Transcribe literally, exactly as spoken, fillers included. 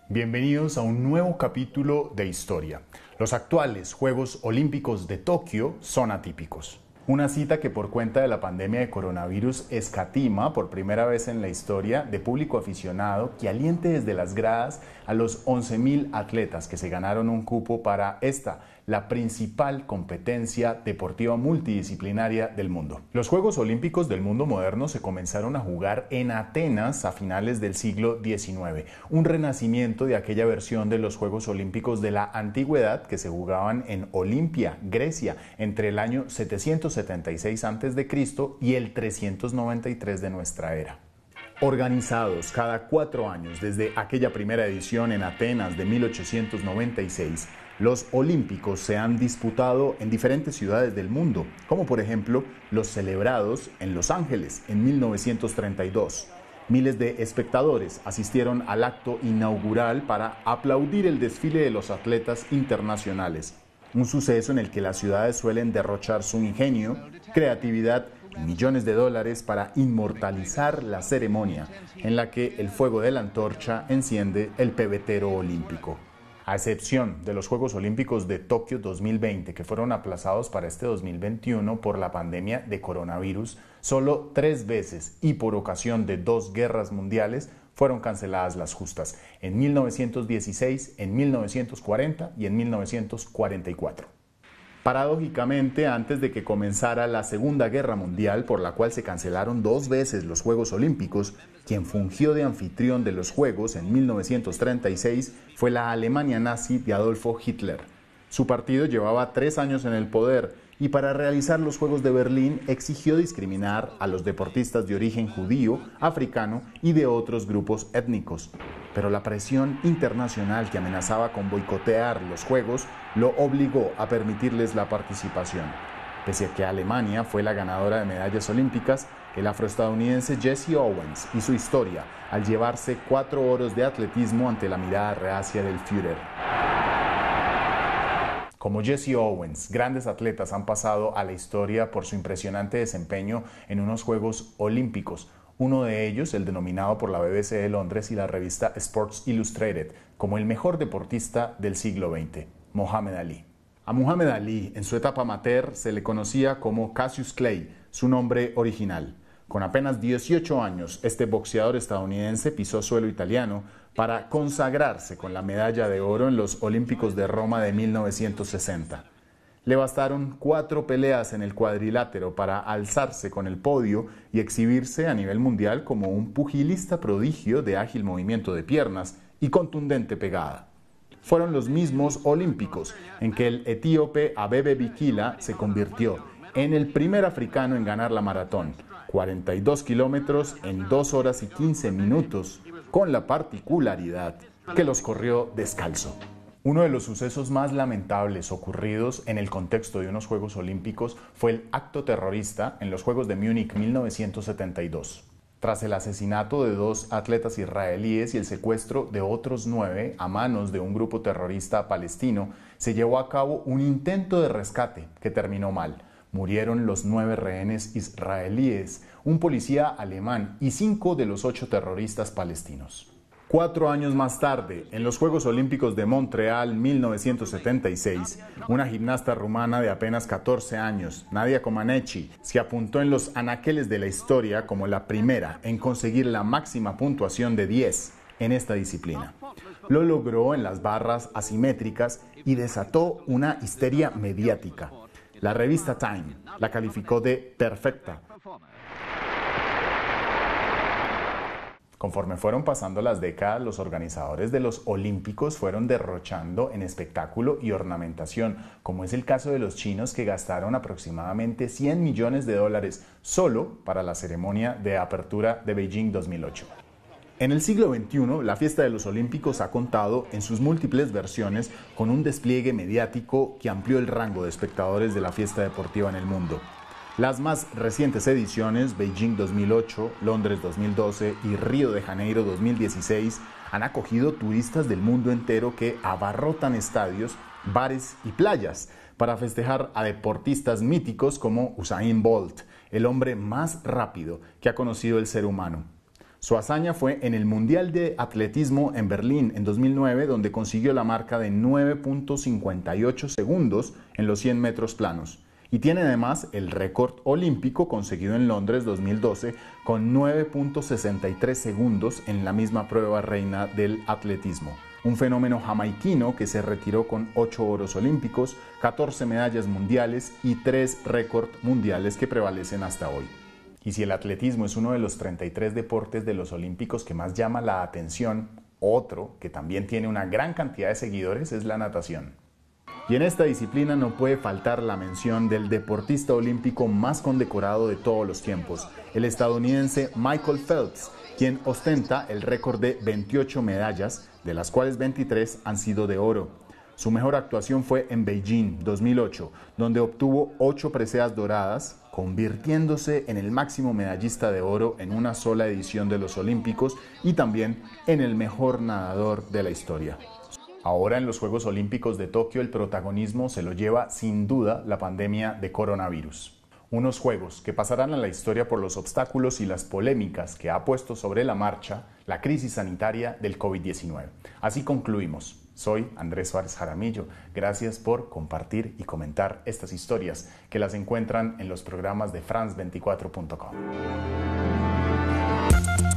Bienvenidos a un nuevo capítulo de Historia. Los actuales Juegos Olímpicos de Tokio son atípicos. Una cita que por cuenta de la pandemia de coronavirus escatima por primera vez en la historia de público aficionado que aliente desde las gradas a los once mil atletas que se ganaron un cupo para esta, la principal competencia deportiva multidisciplinaria del mundo. Los Juegos Olímpicos del mundo moderno se comenzaron a jugar en Atenas a finales del siglo diecinueve, un renacimiento de aquella versión de los Juegos Olímpicos de la antigüedad que se jugaban en Olimpia, Grecia, entre el año setecientos setenta y seis antes de Cristo y el trescientos noventa y tres de nuestra era. Organizados cada cuatro años desde aquella primera edición en Atenas de mil ochocientos noventa y seis, los Olímpicos se han disputado en diferentes ciudades del mundo, como por ejemplo los celebrados en Los Ángeles en mil novecientos treinta y dos. Miles de espectadores asistieron al acto inaugural para aplaudir el desfile de los atletas internacionales, un suceso en el que las ciudades suelen derrochar su ingenio, creatividad y millones de dólares para inmortalizar la ceremonia en la que el fuego de la antorcha enciende el pebetero olímpico. A excepción de los Juegos Olímpicos de Tokio dos mil veinte, que fueron aplazados para este dos mil veintiuno por la pandemia de coronavirus, solo tres veces y por ocasión de dos guerras mundiales fueron canceladas las justas, en mil novecientos dieciséis, en mil novecientos cuarenta y en mil novecientos cuarenta y cuatro. Paradójicamente, antes de que comenzara la Segunda Guerra Mundial, por la cual se cancelaron dos veces los Juegos Olímpicos, quien fungió de anfitrión de los Juegos en mil novecientos treinta y seis fue la Alemania nazi de Adolfo Hitler. Su partido llevaba tres años en el poder y para realizar los Juegos de Berlín exigió discriminar a los deportistas de origen judío, africano y de otros grupos étnicos. Pero la presión internacional que amenazaba con boicotear los Juegos lo obligó a permitirles la participación. Pese a que Alemania fue la ganadora de medallas olímpicas, el afroestadounidense Jesse Owens y su historia al llevarse cuatro oros de atletismo ante la mirada reacia del Führer. Como Jesse Owens, grandes atletas han pasado a la historia por su impresionante desempeño en unos Juegos Olímpicos. Uno de ellos, el denominado por la B B C de Londres y la revista Sports Illustrated como el mejor deportista del siglo veinte, Muhammad Ali. A Muhammad Ali, en su etapa amateur, se le conocía como Cassius Clay, su nombre original. Con apenas dieciocho años, este boxeador estadounidense pisó suelo italiano para consagrarse con la medalla de oro en los Olímpicos de Roma de mil novecientos sesenta. Le bastaron cuatro peleas en el cuadrilátero para alzarse con el podio y exhibirse a nivel mundial como un pugilista prodigio de ágil movimiento de piernas y contundente pegada. Fueron los mismos Olímpicos en que el etíope Abebe Bikila se convirtió en el primer africano en ganar la maratón, cuarenta y dos kilómetros en dos horas y quince minutos, con la particularidad que los corrió descalzo. Uno de los sucesos más lamentables ocurridos en el contexto de unos Juegos Olímpicos fue el acto terrorista en los Juegos de Múnich mil novecientos setenta y dos. Tras el asesinato de dos atletas israelíes y el secuestro de otros nueve a manos de un grupo terrorista palestino, se llevó a cabo un intento de rescate que terminó mal. Murieron los nueve rehenes israelíes, un policía alemán y cinco de los ocho terroristas palestinos. Cuatro años más tarde, en los Juegos Olímpicos de Montreal mil novecientos setenta y seis, una gimnasta rumana de apenas catorce años, Nadia Comaneci, se apuntó en los anaqueles de la historia como la primera en conseguir la máxima puntuación de diez en esta disciplina. Lo logró en las barras asimétricas y desató una histeria mediática. La revista Time la calificó de perfecta. Conforme fueron pasando las décadas, los organizadores de los Olímpicos fueron derrochando en espectáculo y ornamentación, como es el caso de los chinos que gastaron aproximadamente cien millones de dólares solo para la ceremonia de apertura de Beijing dos mil ocho. En el siglo veintiuno, la fiesta de los Olímpicos ha contado en sus múltiples versiones con un despliegue mediático que amplió el rango de espectadores de la fiesta deportiva en el mundo. Las más recientes ediciones, Beijing dos mil ocho, Londres dos mil doce y Río de Janeiro dos mil dieciséis, han acogido turistas del mundo entero que abarrotan estadios, bares y playas para festejar a deportistas míticos como Usain Bolt, el hombre más rápido que ha conocido el ser humano. Su hazaña fue en el Mundial de Atletismo en Berlín en dos mil nueve, donde consiguió la marca de nueve punto cincuenta y ocho segundos en los cien metros planos. Y tiene además el récord olímpico conseguido en Londres dos mil doce con nueve punto sesenta y tres segundos en la misma prueba reina del atletismo. Un fenómeno jamaiquino que se retiró con ocho oros olímpicos, catorce medallas mundiales y tres récords mundiales que prevalecen hasta hoy. Y si el atletismo es uno de los treinta y tres deportes de los olímpicos que más llama la atención, otro que también tiene una gran cantidad de seguidores es la natación. Y en esta disciplina no puede faltar la mención del deportista olímpico más condecorado de todos los tiempos, el estadounidense Michael Phelps, quien ostenta el récord de veintiocho medallas, de las cuales veintitrés han sido de oro. Su mejor actuación fue en Beijing dos mil ocho, donde obtuvo ocho preseas doradas, convirtiéndose en el máximo medallista de oro en una sola edición de los Olímpicos y también en el mejor nadador de la historia. Ahora en los Juegos Olímpicos de Tokio el protagonismo se lo lleva sin duda la pandemia de coronavirus. Unos Juegos que pasarán a la historia por los obstáculos y las polémicas que ha puesto sobre la marcha la crisis sanitaria del COVID diecinueve. Así concluimos. Soy Andrés Suárez Jaramillo. Gracias por compartir y comentar estas historias que las encuentran en los programas de France veinticuatro punto com.